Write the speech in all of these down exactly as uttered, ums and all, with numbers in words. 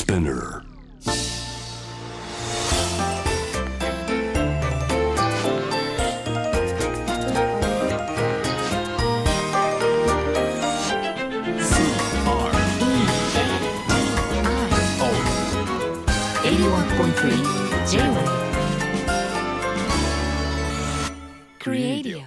Spinner エイティワンポイントスリー J-Wave Creadio。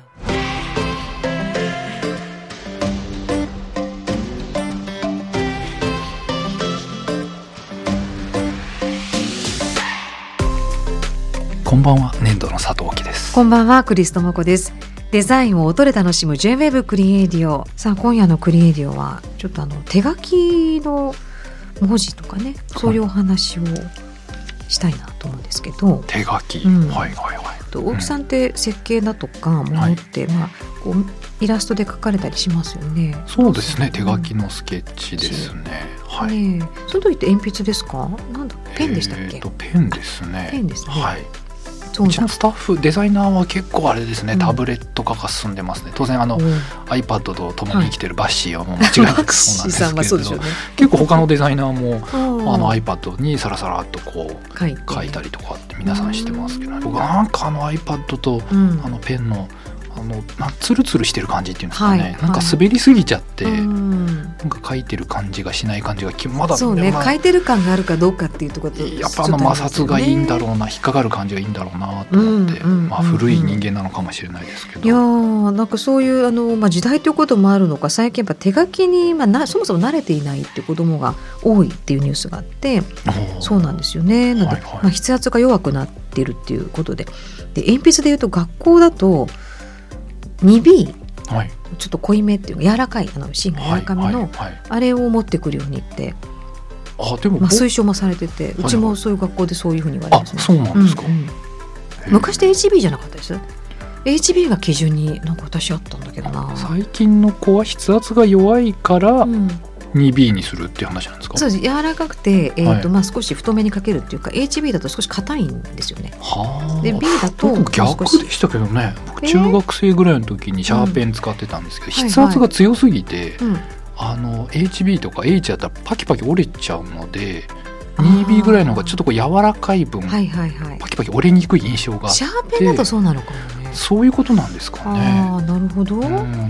こんばんは、粘土の佐藤貴です。 こんばんは、クリストモコです。デザインを音で楽しむ J-Wave クリエイディオ。さあ、今夜のクリエイディオはちょっとあの手書きの文字とかね、そういうお話をしたいなと思うんですけど、 手書き、 うんはいはいはい。 大木さんって設計だとかものって、うん、まあ、こうイラストで描かれたりしますよね。 そうですね、手書きのスケッチですね、はい、 ね、その時って鉛筆ですか？なんだ、ペンでしたっけ？ えーとペンですね。 ペンですね、 はい。 そううちのスタッフデザイナーは結構あれですね、 うん、 タブレット化が進んでますね。当然あの、うん、iPad と共に生きてるバッシーはもう間違いなくそうなんですけれど、ね、結構他のデザイナーもあの iPad にサラサラっとこう書い書いたりとかって皆さんしてますけど、ね、僕なんかあの iPad と、うん、あのペンのあのなツルツルしてる感じっていうんですかね、はい、なんか滑りすぎちゃって、はい、なんか書いてる感じがしない感じがまだそうね、 まあ、 書いてる感があるかどうかっていうところとやっぱあの摩擦がいいんだろうな、引っかかる感じがいいんだろうなと思って、うんうんうんうん、まあ、古い人間なのかもしれないですけど、 いやなんかそういうあの、まあ、時代ということもあるのか、最近やっぱ手書きに、まあ、なそもそも慣れていないっていう子どもが多いっていうニュースがあって、そうなんですよね。なので、はいはい、まあ、筆圧が弱くなっているっていうことで、で鉛筆でいうと学校だと にビー、はい、ちょっと濃いめっていうか柔らかいあの芯が柔らかめの、はいはいはい、あれを持ってくるようにって、 あでも、 まあ、推奨もされてて、うちもそういう学校でそういうふうに言われますね。 あ、そうなんですか、うんうん、 昔って エイチビー じゃなかったです。 エイチビー が基準になんか私あったんだけどな。 最近の子は筆圧が弱いから、うん、にビー にするっていう話なんですか？ そうです。柔らかくて、えーとはい、まあ、少し太めにかけるっていうか エイチビー だと少し硬いんですよね。はで B だと僕逆でしたけどね。僕中学生ぐらいの時にシャーペン使ってたんですけど、えー、筆圧が強すぎて、はいはい、うん、あの エイチビー とか H だったらパキパキ折れちゃうので、にビー ぐらいの方がちょっとこう柔らかい分、はいはいはい、パキパキ折れにくい印象があって、シャーペンだとそうなのかもね。そういうことなんですかね。 あ、なるほど、うん、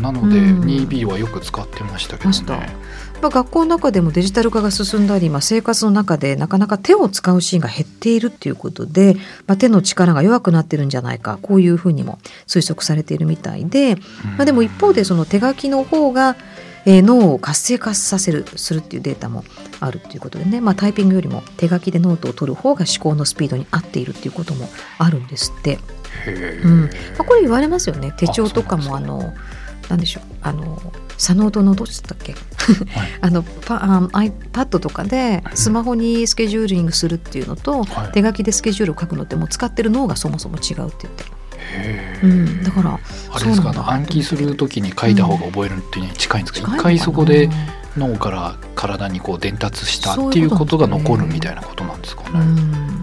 なので にビー はよく使ってましたけどね。 まあ、学校の中でもデジタル化が進んだり、まあ、生活の中でなかなか手を使うシーンが減っているっていうことで、まあ、手の力が弱くなってるんじゃないか、こういうふうにも推測されているみたいで、まあ、でも一方でその手書きの方が、えー、脳を活性化させるするっていうデータもあるっていうことでね、まあ、タイピングよりも手書きでノートを取る方が思考のスピードに合っているっていうこともあるんですって。へ、うん、まあ、これ言われますよね。手帳とかもあのなんでしょう、あの左脳と脳どっちだっけ、はい、あのパあ iPad とかでスマホにスケジューリングするっていうのと、はい、手書きでスケジュールを書くのってもう使ってる脳がそもそも違うって言って、へ、うん、だからあれですか、暗記するときに書いた方が覚えるっていうのに近いんですか、うん、一回そこで脳から体にこう伝達したっていうことが残るみたいなことなんですかね。うん、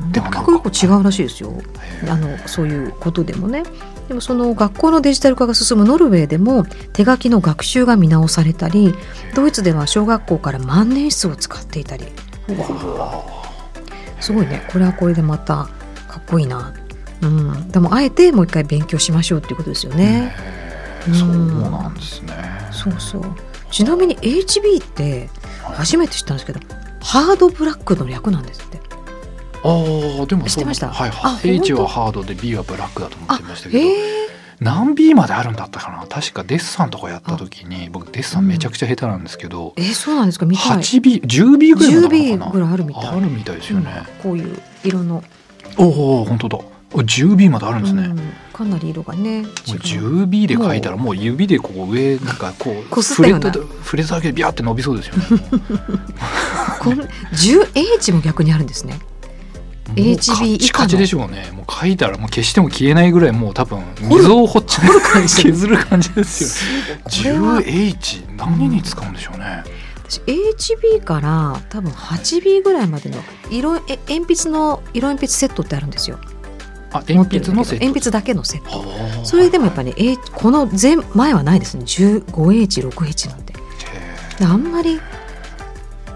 でも結構違うらしいですよ、あのそういうことでもね。でもその学校のデジタル化が進むノルウェーでも手書きの学習が見直されたり、ドイツでは小学校から万年筆を使っていたり、うわすごいね。これはこれでまたかっこいいな、うん、でもあえてもう一回勉強しましょうっていうことですよね。 うん、そうなんですね。 そうそう。ちなみに エイチビー って初めて知ったんですけど、ハードブラックの略なんですって。 あでも知ってました？ はいはい、H はハードで B はブラックだと思ってましたけど、何 B まであるんだったかな。確かデッサンとかやった時に、僕デッサンめちゃくちゃ下手なんですけど、 うん、えー、そうなんですか。見たい。 はちビー、じゅうビー ぐらいなのかな。じゅうビー ぐらいあるみたい。 あるみたいですよね、 うん、こういう色の。 おお本当だ、じゅうビー まであるんですね、うん、 かなり色がね。 じゅうビー で書いたらもう指でこう上なんかこう触れた触れただけでビャーって伸びそうですよねこの じゅうエイチ も逆にあるんですね。エイチビー 以下のカチカチでしょうね。もう書いたらもう消しても消えないぐらい、もう多分溝を掘っちゃう削る感じですよ。じゅうエイチ 何に使うんでしょうね。 私 エイチビー から多分 はちビー ぐらいまでの色え鉛筆の色鉛筆セットってあるんですよ。 あ、鉛筆のセット。 鉛筆だけのセット。それでもやっぱり、ね、この前前はないですね。 じゅうごエイチ、ろくエイチ なんてあんまり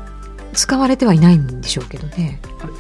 使われてはいないんでしょうけどね。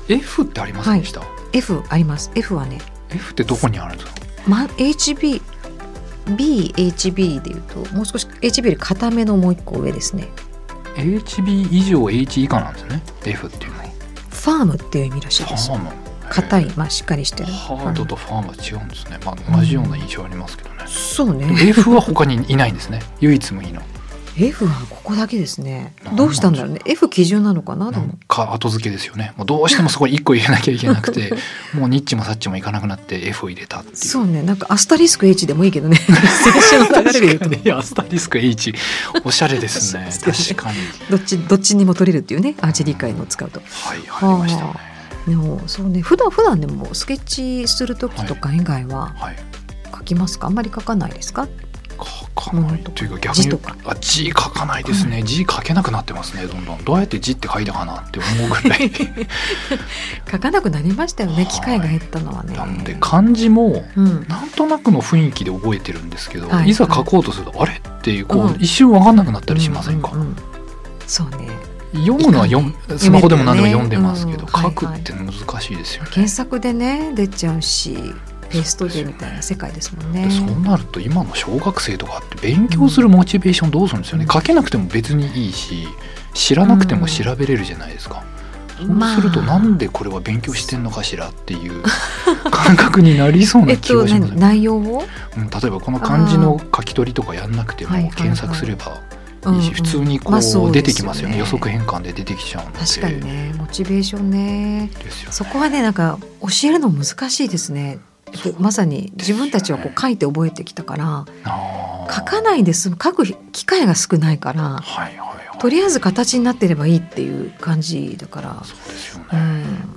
F ってありませんでした？はい、 F あります。 F はね F ってどこにあるんですか？ ま、エイチビービーエイチビー でいうともう少し エイチビー より固めのもう一個上ですね。 エイチビー 以上 H 以下なんですね F っていうのは。 ファームっていう意味らしいです。硬い、まあ、しっかりしてる。 ハードとファームは違うんですね、まあ、同じような印象ありますけどね、うん、 そうね。 F は他にいないんですね唯一無二の。 F はここだけですね。どうしたんだろうね。 F 基準なのかな。でもか後付けですよね。もうどうしてもそこにいっこ入れなきゃいけなくてもうニッチもサッチもいかなくなって F を入れたっていう。 そうね。なんかアスタリスク H でもいいけどね青春の流れで言うといやアスタリスク H おしゃれですね確かにどっちどっちにも取れるっていうねアーチェリー界のを使うと、うん、 はい入りましたね。 でもそうね、普段普段でもスケッチする時とか以外は書きますか？あんまり書かないですか？ 書かないというか逆に字とかあ字書かないですね、うん、字書けなくなってますね。どんどんどうやって字って書いたかなって思うぐらい書かなくなりましたよね機会が減ったのはね。 なんで漢字もなんとなくの雰囲気で覚えてるんですけど、うん、いざ書こうとすると、はい、あれっていう、こう、うん、一瞬分かんなくなったりしませんか？うんうんうん、そうね。読むのは読むスマホでも何でも読んでますけど、ね、うん、書くって難しいですよね、はいはい、検索でね出ちゃうしペーストでみたいな世界ですもんね。 そうなると今の小学生とかって勉強するモチベーションどうするんですよね、うん、書けなくても別にいいし知らなくても調べれるじゃないですか、うん、そうするとなんでこれは勉強してんのかしらっていう感覚になりそうな気がします、 えっと、内容を、 うん、例えばこの漢字の書き取りとかやんなくても検索すれば、はいはいはいいいし、普通にこう、まあそうですよね、出てきますよね。予測変換で出てきちゃうので。 確かにね、モチベーションね。ですよね。そこはね、なんか教えるの難しいですね。まさに自分たちはこう書いて覚えてきたから、書かないで済む、書く機会が少ないから、はいはいはい、とりあえず形になってればいいっていう感じだから、そうですよね、うん、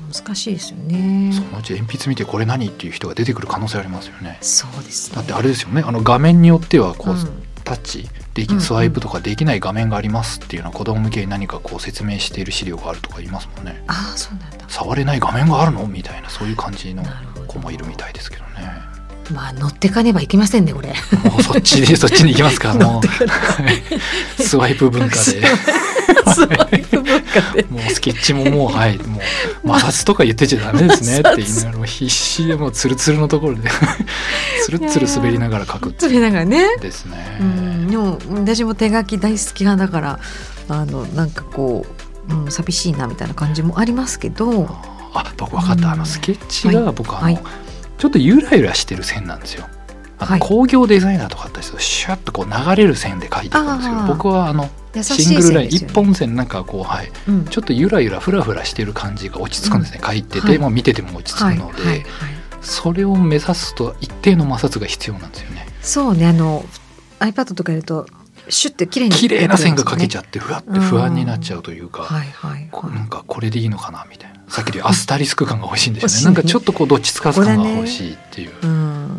難しいですよね。 そのうち鉛筆見てこれ何っていう人が出てくる可能性ありますよね。 そうですね。 だってあれですよね、あの画面によってはこう、うん、タッチできスワイプとかできない画面がありますっていうのは子供向けに何かこう説明している資料があるとか言いますもんね。 ああ、そうなんだ。 触れない画面があるのみたいな、そういう感じの子もいるみたいですけどね。 まあ乗ってかねばいけませんねこれ。 もうそっちでそっちに行きますか。もうスワイプ文化でスワイプ文化でもうスケッチももうはいもう摩擦とか言ってちゃダメですねって言いながら必死でもうツルツルのところでツルツル滑りながら書くって滑りながらねですね。 うん、でも私も手書き大好き派だからあのなんかこう、うん、寂しいなみたいな感じもありますけど。 あ、僕分かった、うん、あのスケッチが僕、はい、あの、はい、ちょっとゆらゆらしてる線なんですよ。あの、はい、工業デザイナーとかあったりするとシュッとこう流れる線で書いていくんですけど、僕はあのシングルライン一本線なんかこう、はいうん、ちょっとゆらゆらふらふらしてる感じが落ち着くんですね、うん、書いてて、はい、もう見てても落ち着くので、はいはいはい、それを目指すと一定の摩擦が必要なんですよね。 そうね、あの iPad とかやるとシュッて綺麗に綺麗な線が描けちゃってふわって不安になっちゃうというか、はいはいはい、なんかこれでいいのかなみたいな、さっきでアスタリスク感が欲しいんですよね。なんかちょっとこうどっちつかず感が欲しいっていう。うん、うん、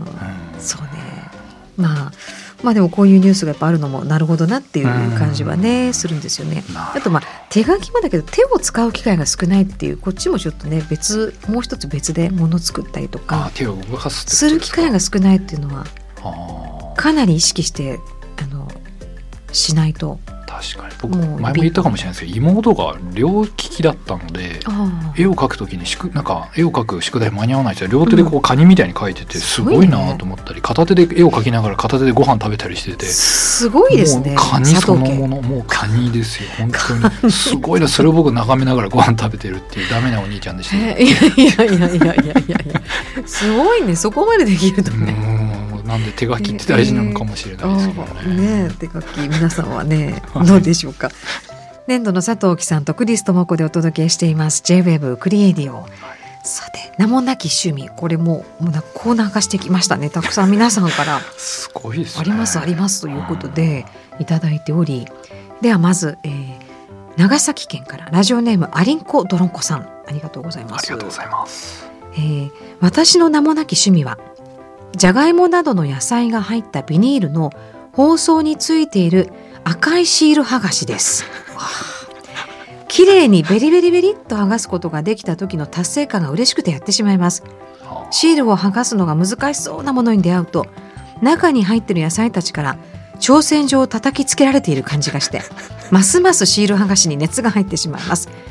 そうね。まあまあでもこういうニュースがやっぱあるのもなるほどなっていう感じはねするんですよね。あとまあ手書きもだけど手を使う機会が少ないっていう、こっちもちょっとね別もう一つ別で物作ったりとか手を動かすする機会が少ないっていうのはかなり意識してあのしないと。 確かに僕前も言ったかもしれないですけど、妹が両利きだったので絵を描くときにしくなんか絵を描く宿題間に合わない人は両手でこうカニみたいに描いててすごいなと思ったり、片手で絵を描きながら片手でご飯食べたりしてて、 すごいですね。 もうカニそのもの、もうカニですよ本当にすごいな。それを僕眺めながらご飯食べてるっていうダメなお兄ちゃんでした、ね。 いやいやいやいやいやいやいやすごいね、そこまでできるとね。 なんで手書きって大事なのかもしれないですけどね。 えー、ね手書き皆さんはねどうでしょうか。年度の佐藤貴さんとクリス智子でお届けしています ジェイウェーブ クリエイディオ、はい、さて名もなき趣味、これももうコーナー化してきましたね。たくさん皆さんからすごいですね、 ありますありますということでいただいており、ではまず、えー、長崎県からラジオネームアリンコドロンコさん、ありがとうございます。 ありがとうございます。 えー、私の名もなき趣味はじゃがいもなどの野菜が入ったビニールの包装についている赤いシール剥がしです。綺麗にベリベリベリっと剥がすことができた時の達成感が嬉しくてやってしまいます。シールを剥がすのが難しそうなものに出会うと、中に入っている野菜たちから挑戦状を叩きつけられている感じがして、ますますシール剥がしに熱が入ってしまいます。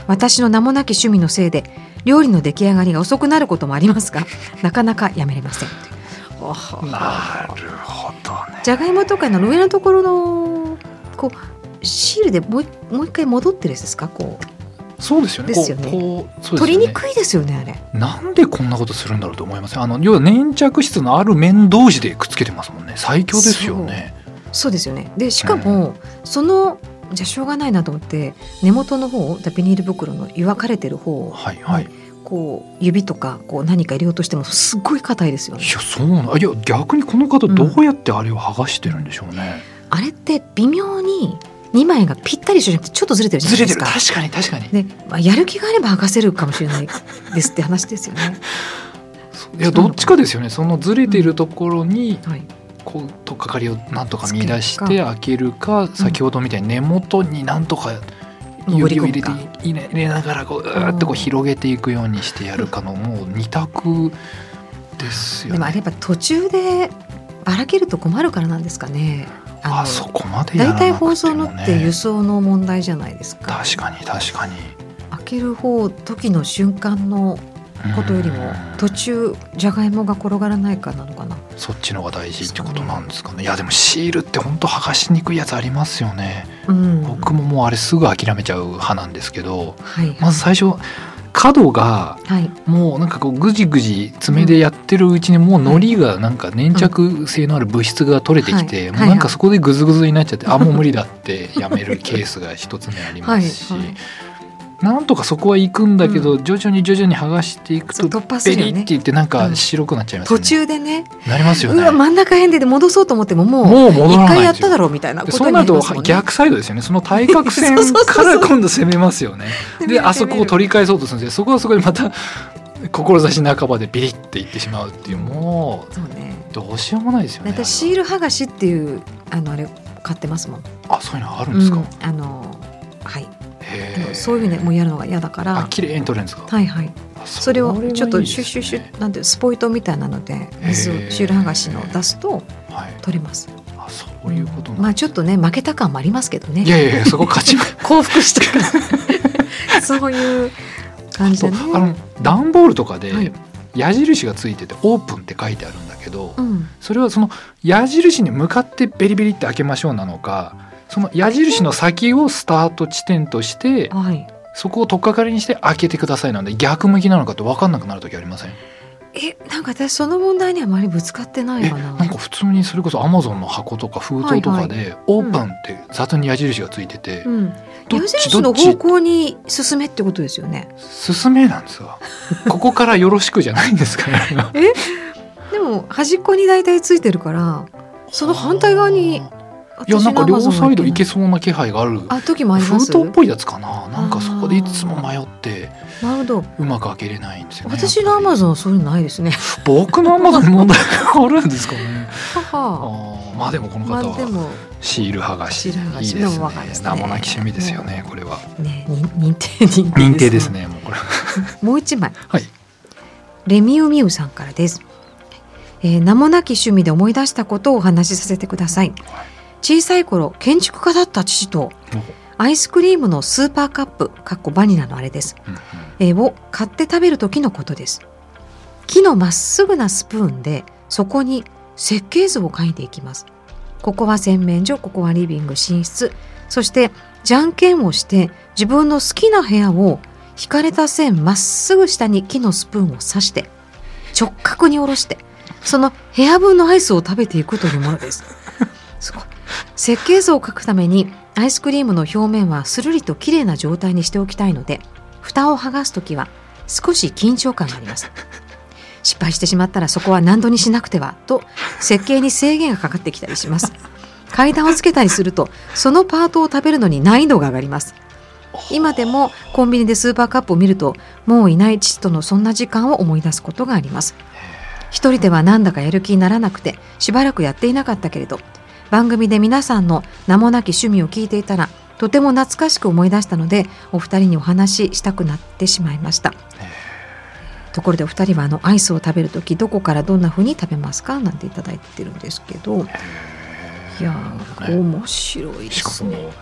私の名もなき趣味のせいで料理の出来上がりが遅くなることもありますが、なかなかやめれません。 なるほどね。 じゃがいもとかの上のところのこうシールでもうもう一回戻ってるやつですか？こうそうですよね。 ですよね。 こうそうですよね。 取りにくいですよねあれ。 なんでこんなことするんだろうと思います。あの要は粘着質のある面同士でくっつけてますもんね。最強ですよね。 そう、そうですよね。でしかも、うん、そのじゃあしょうがないなと思って根元の方ビニール袋の湯分かれてる方を、はいはい、こう指とかこう何か入れようとしてもすっごい硬いですよね。 いやそうな、いや逆にこの方どうやってあれを剥がしてるんでしょうね、 うん、あれって微妙ににまいがぴったり一緒じゃなくてちょっとずれてるじゃないですか。 ずれてる、確かに確かに。 で、まあ、やる気があれば剥がせるかもしれないですって話ですよね。 いやどっちかですよね。そのずれているところに、うん、はい、こうとっかかりをなんとか見出して開けるか、うん、先ほどみたいに根元になんとか指を入れて入れ、入れながらこううーっとこう広げていくようにしてやるかのもう二択ですよね。 でもあれやっぱ途中でばらけると困るからなんですかね。 あのあそこまでやらなくてもね。 大体包装のって輸送の問題じゃないですか。 確かに確かに。 開ける方時の瞬間のことよりも途中じゃがいもが転がらないかなのかな。 そっちのが大事ってことなんですかね。いやでもシールって本当剥がしにくいやつありますよね、うん、僕ももうあれすぐ諦めちゃう派なんですけど、はいはい、まず最初角がもうなんかこうぐじぐじ爪でやってるうちにもう糊がなんか粘着性のある物質が取れてきて、もうなんかそこでグズグズになっちゃって、あもう無理だってやめるケースが一つ目ありますし、はいはい、なんとかそこは行くんだけど、うん、徐々に徐々に剥がしていくとペリっていってなんか白くなっちゃいますよね、うん、途中でねなりますよね。 うわ真ん中辺で戻そうと思ってももう一回やっただろうみたいなことになりますもんね。 そうなると逆サイドですよね。その対角線から今度攻めますよね。であそこを取り返そうとするんですけど、そこはそこでまた志半ばでビリっていってしまうっていう、もう、そうね、どうしようもないですよね。 私シール剥がしっていうあのあれ買ってますもん。 あ、そういうのあるんですか、うん、 あのはい、そういうふうにもうやるのが嫌だから。 あ、綺麗に取れるんですか。 はいはい。それをちょっとシュッシュッシュッなんてスポイトみたいなので水をシール剥がしの出すと取れます。 あ、そういうことなんですね。 まあちょっとね負けた感もありますけどね。 いやいやそこ勝ち降伏したからそういう感じでね。 あの段ボールとかで矢印がついててオープンって書いてあるんだけど、うん、それはその矢印に向かってベリベリって開けましょうなのか、その矢印の先をスタート地点として、はい、そこを取っかかりにして開けてくださいなので、逆向きなのかって分かんなくなる時ありません？ え、なんか私その問題にはあまりぶつかってないかな。 なんか普通にそれこそアマゾンの箱とか封筒とかでオープンって雑に矢印がついてて、うんうん、 矢印の方向に進めってことですよね。 進めなんですよここからよろしくじゃないんですかねえ、でも端っこに大体ついてるからその反対側に、 いやなんか両サイド行けそうな気配がある。 あ、時もあります。 封筒っぽいやつかな。なんかそこでいつも迷ってなるほどうまく開けれないんですよね。 私のアマゾンはそういうのないですね僕のアマゾンに問題があるんですかねあ、まあでもこの方はシール剥がし、いいですね。名もなき趣味ですよね、これはね。認定認定ですね。 認定ですね、もうこれもう一枚、 はい、 レミウミウさんからです。えー、名もなき趣味で思い出したことをお話しさせてください。小さい頃建築家だった父とアイスクリームのスーパーカップかっこバニラのあれです、うんうん、えー、を買って食べる時のことです。木のまっすぐなスプーンでそこに設計図を書いていきます。ここは洗面所、ここはリビング、寝室、そしてじゃんけんをして自分の好きな部屋を引かれた線まっすぐ下に木のスプーンを刺して直角に下ろしてその部屋分のアイスを食べていくというものです。すごい。設計図を書くためにアイスクリームの表面はするりときれいな状態にしておきたいので、蓋を剥がすときは少し緊張感があります。失敗してしまったらそこは何度にしなくてはと設計に制限がかかってきたりします。階段をつけたりするとそのパートを食べるのに難易度が上がります。今でもコンビニでスーパーカップを見るともういない父とのそんな時間を思い出すことがあります。一人ではなんだかやる気にならなくてしばらくやっていなかったけれど、番組で皆さんの名もなき趣味を聞いていたらとても懐かしく思い出したのでお二人にお話ししたくなってしまいました。ところでお二人はあのアイスを食べるときどこからどんな風に食べますかなんていただいてるんですけど、いやー面白いですね。 しかも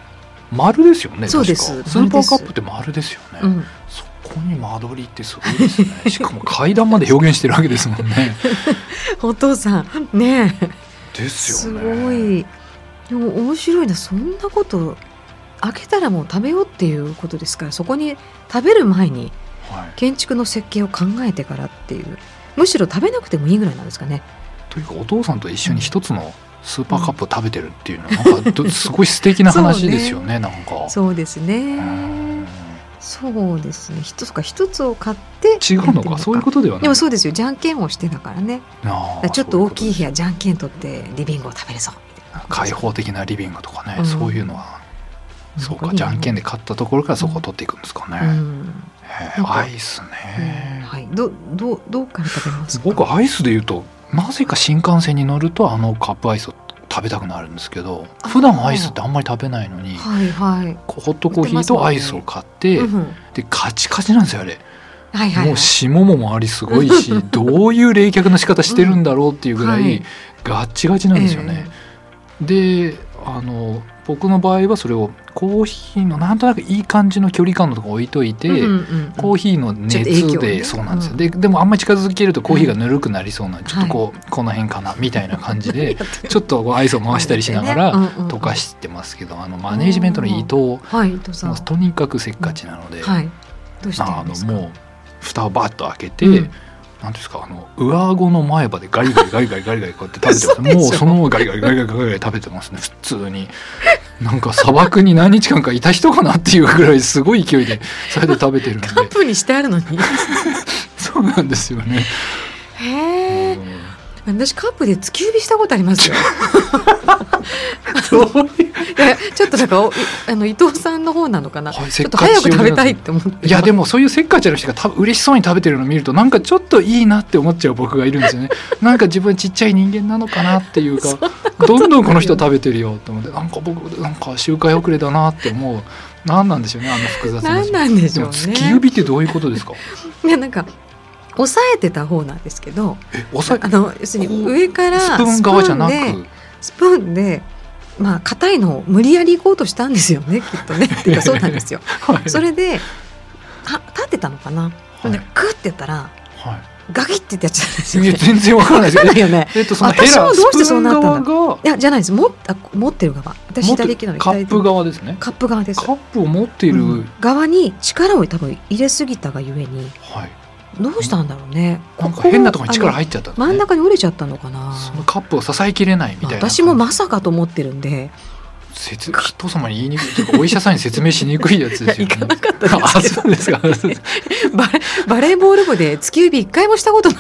丸ですよね。 そうです。 スーパーカップって丸ですよね、うん、そこに間取りってすごいですね。しかも階段まで表現してるわけですもんね。 お父さんねですよね。 すごい。でも面白いな。そんなこと開けたらもう食べようっていうことですから、そこに食べる前に建築の設計を考えてからっていう、はい、むしろ食べなくてもいいぐらいなんですかね。 というかお父さんと一緒に一つのスーパーカップを食べてるっていうのはなんかすごい素敵な話ですよね。なんかそうですね。そうですね。一つか一つを買って違うのか、そういうことではない。 でもそうですよ。じゃんけんをしてだからね。あちょっと大きい部屋じゃんけん取ってリビングを食べるぞみたいな。 開放的なリビングとかね、うん、そういうのはそうか、じゃんけんで買ったところからそこを取っていくんですかね。うん、アイスね、 うん、はい。どどどうから食べますか。 僕アイスでいうとなぜか新幹線に乗るとあのカップアイスを食べたくなるんですけど、普段アイスってあんまり食べないのに、 はいはい、 ホットコーヒーとアイスを買って、ねうん、でカチカチなんですよあれ、 はいはいはい、 もう霜もありすごいしどういう冷却の仕方してるんだろうっていうぐらいガッチガチなんですよね、えー、であの僕の場合はそれをコーヒーのなんとなくいい感じの距離感のところ置いといて、うんうんうん、コーヒーの熱で、ね、そうなんですよ、うん、で, でもあんまり近づけるとコーヒーがぬるくなりそうな、うん、ちょっとこう、はい、この辺かなみたいな感じでちょっとこうアイスを回したりしながら溶かしてますけど、あのマネージメントの伊藤、はい、とにかくせっかちなので、はい、 どうしてるんですか。 あのもう蓋をバッと開けて、うんなんですか、あの上顎の前歯でガリガリガリガリガリガリこうやって食べてますもうそのままガリガリガリガリガリガリ食べてますね普通に。なんか砂漠に何日間かいた人かなっていうぐらいすごい勢いでそれで食べてるんでカップにしてあるのにそうなんですよね。 へー、私カップで突き指したことありますよそういういやちょっとなんかあの伊藤さんの方なのかな、はい、ちょっと早く食べたいって思っていやでもそういうせっかちな人が多分嬉しそうに食べてるのを見るとなんかちょっといいなって思っちゃう僕がいるんですよね。なんか自分ちっちゃい人間なのかなっていうかどんどんこの人食べてるよって思ってなんか僕なんか周回遅れだなって思う。何なんでしょうねあの複雑な。 何なんでしょうね。 突き指ってどういうことですか。 いやなんか押さえてた方なんですけど、 え押さえあの要するに上からスプーン側じゃなくスプーンでまあ硬いのを無理やり行こうとしたんですよねきっとねっていうかそうなんですよ、はい、それでは立ってたのかな、はい、でグッてやったら、はい、ガキってやっちゃったんですよね。 いや全然わからないですよね。 えっと、そのヘラ私もどうしてそうなったんだ。いやじゃないです。持った持ってる側。私左利きなのにカップ側ですね。 カップ側です。 カップを持っている、うん、 側に力を多分入れすぎたがゆえに、はい、どうしたんだろうね。 なんか変なところに力入っちゃったんですね。 真ん中に折れちゃったのかな。 そのカップを支えきれないみたいな。 私もまさかと思ってるんで。 人様に言いにくいというかお医者さんに説明しにくいやつですよね。 行かなかったですけど。 あ、そうですか。 バレ、バレーボール部で突き指一回もしたことない。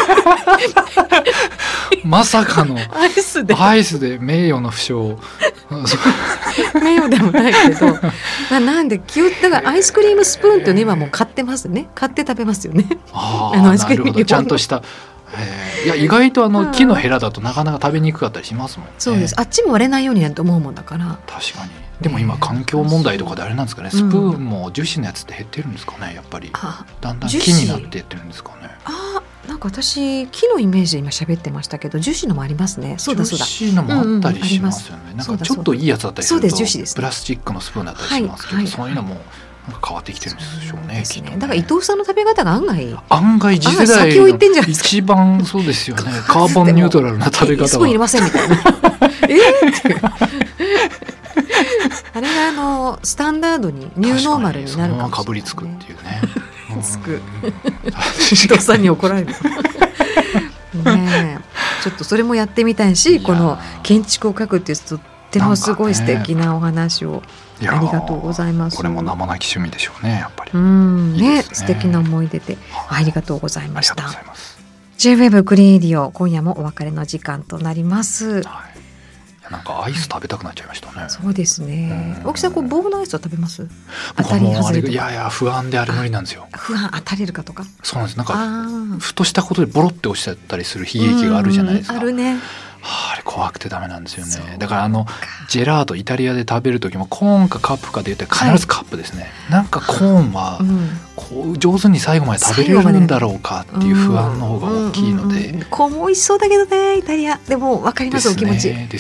まさかのアイスでアイスで名誉の負傷。 名誉でもないけど、まあ、なんで気をだからアイスクリームスプーンっていうの今もう買ってますね。買って食べますよね。 ああのアイスクリームちゃんとした。いや意外とあの木のヘラだとなかなか食べにくかったりしますもんね。 そうです。あっちも割れないようになると思うもんだから。 確かに。でも今環境問題とかであれなんですかね、スプーンも樹脂のやつって減ってるんですかねやっぱり。だんだん木になっていってるんですかね。 あなんか私木のイメージで今喋ってましたけど樹脂のもありますね。そうだそうだ。 樹脂のもあったりしますよね、うんうん、なんかちょっといいやつだったりするとそうです樹脂です、ね、 プラスチックのスプーンだったりしますけど、はいはいはい、そういうのもなんか変わってきてるんでしょうね。きっとね。 だから伊藤さんの食べ方が案外案外次世代の一番そうですよね。カーボンニュートラルな食べ方はスプーン入れませんみたいなえーあれがあのスタンダードにニューノーマルになるかもしれない、ね、そのままかぶりつくっていうねつく伊藤さんに怒られるね。ちょっとそれもやってみたいし、この建築を書くっていうとってもすごい素敵なお話をありがとうございます。 これも名もなき趣味でしょうねやっぱり。 うんね、いいですね。素敵な思い出でありがとうございました。 ジェイウェーブ クリーンエディオ今夜もお別れの時間となります、はい、 なんかアイス食べたくなっちゃいましたね。 そうですね。大木さんこう棒のアイスを食べます？ 当たり外れとか。いやいや不安であれ無理なんですよ。 不安当たれるかとか。 そうなんです。なんかふとしたことでボロって落ちちゃったりする悲劇があるじゃないですか。 あるね。 はあ、あれ怖くてダメなんですよね。だからあのジェラートイタリアで食べる時もコーンかカップかで言ったら必ずカップですね、はい、なんかコーンはこう上手に最後まで食べれるんだろうかっていう不安の方が大きいので、 コーンも美味しそうだけどねイタリアでも分かりますお気持ちですね。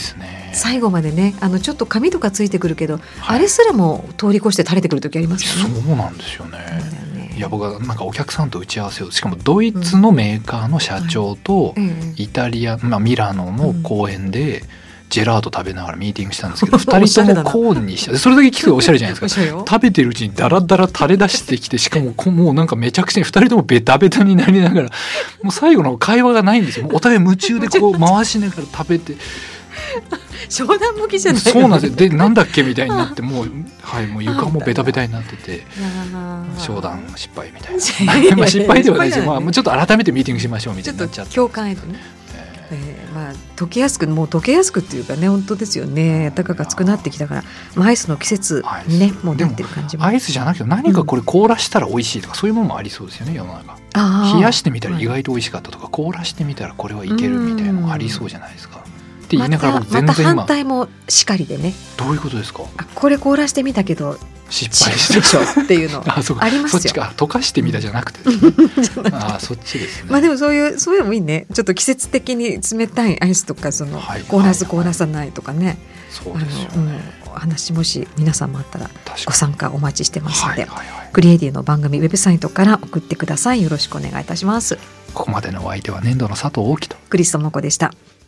最後までね、あのちょっと紙とかついてくるけど、はい、あれすらも通り越して垂れてくる時ありますよね。 そうなんですよね。いや僕はなんかお客さんと打ち合わせを、しかもドイツのメーカーの社長とイタリア、まあ、ミラノの公園でジェラート食べながらミーティングしたんですけど、ふたりともコーンにしちゃそれだけ聞くとおしゃれじゃないですか食べてるうちにダラダラ垂れ出してきて、しかももうなんかめちゃくちゃにふたりともベタベタになりながら、もう最後の会話がないんですよ。もうお互い夢中でこう回しながら食べて商談向きじゃない。 そうなんですよ。でなんだっけみたいになってもう、はい、もう床もベタベタになってて商談失敗みたいなまあ失敗ではないですよ、まあ、ちょっと改めてミーティングしましょうみたいになっちゃって、 ちょっと共感得てね、えーまあ、溶けやすくもう溶けやすくっていうかね、本当ですよね。暖かく暑くなってきたから、まあ、アイスの季節にねもうなってる感じも。 アイスじゃなくて何かこれ凍らしたら美味しいとか、うん、そういうものもありそうですよね世の中。冷やしてみたら意外と美味しかったとか、はい、凍らしてみたらこれはいけるみたいなのもありそうじゃないですか。って言いながら僕全然今、 また反対もしかりでね。 どういうことですか。 あ、これ凍らしてみたけど失敗したでしょっていうのあ, そうありますよ。 そっちか、溶かしてみたじゃなくてあそっちですね。 まあでもそういうそういうのもいいね。ちょっと季節的に冷たいアイスとか、その、はい、凍らす凍らさないとかね、 そうですよね。 あの、うん、お話もし皆さんもあったらご参加お待ちしてますので、 はいはいはい、 クリエイティの番組ウェブサイトから送ってください。よろしくお願いいたします。 ここまでのお相手は粘土の佐藤大樹とクリストモコでした。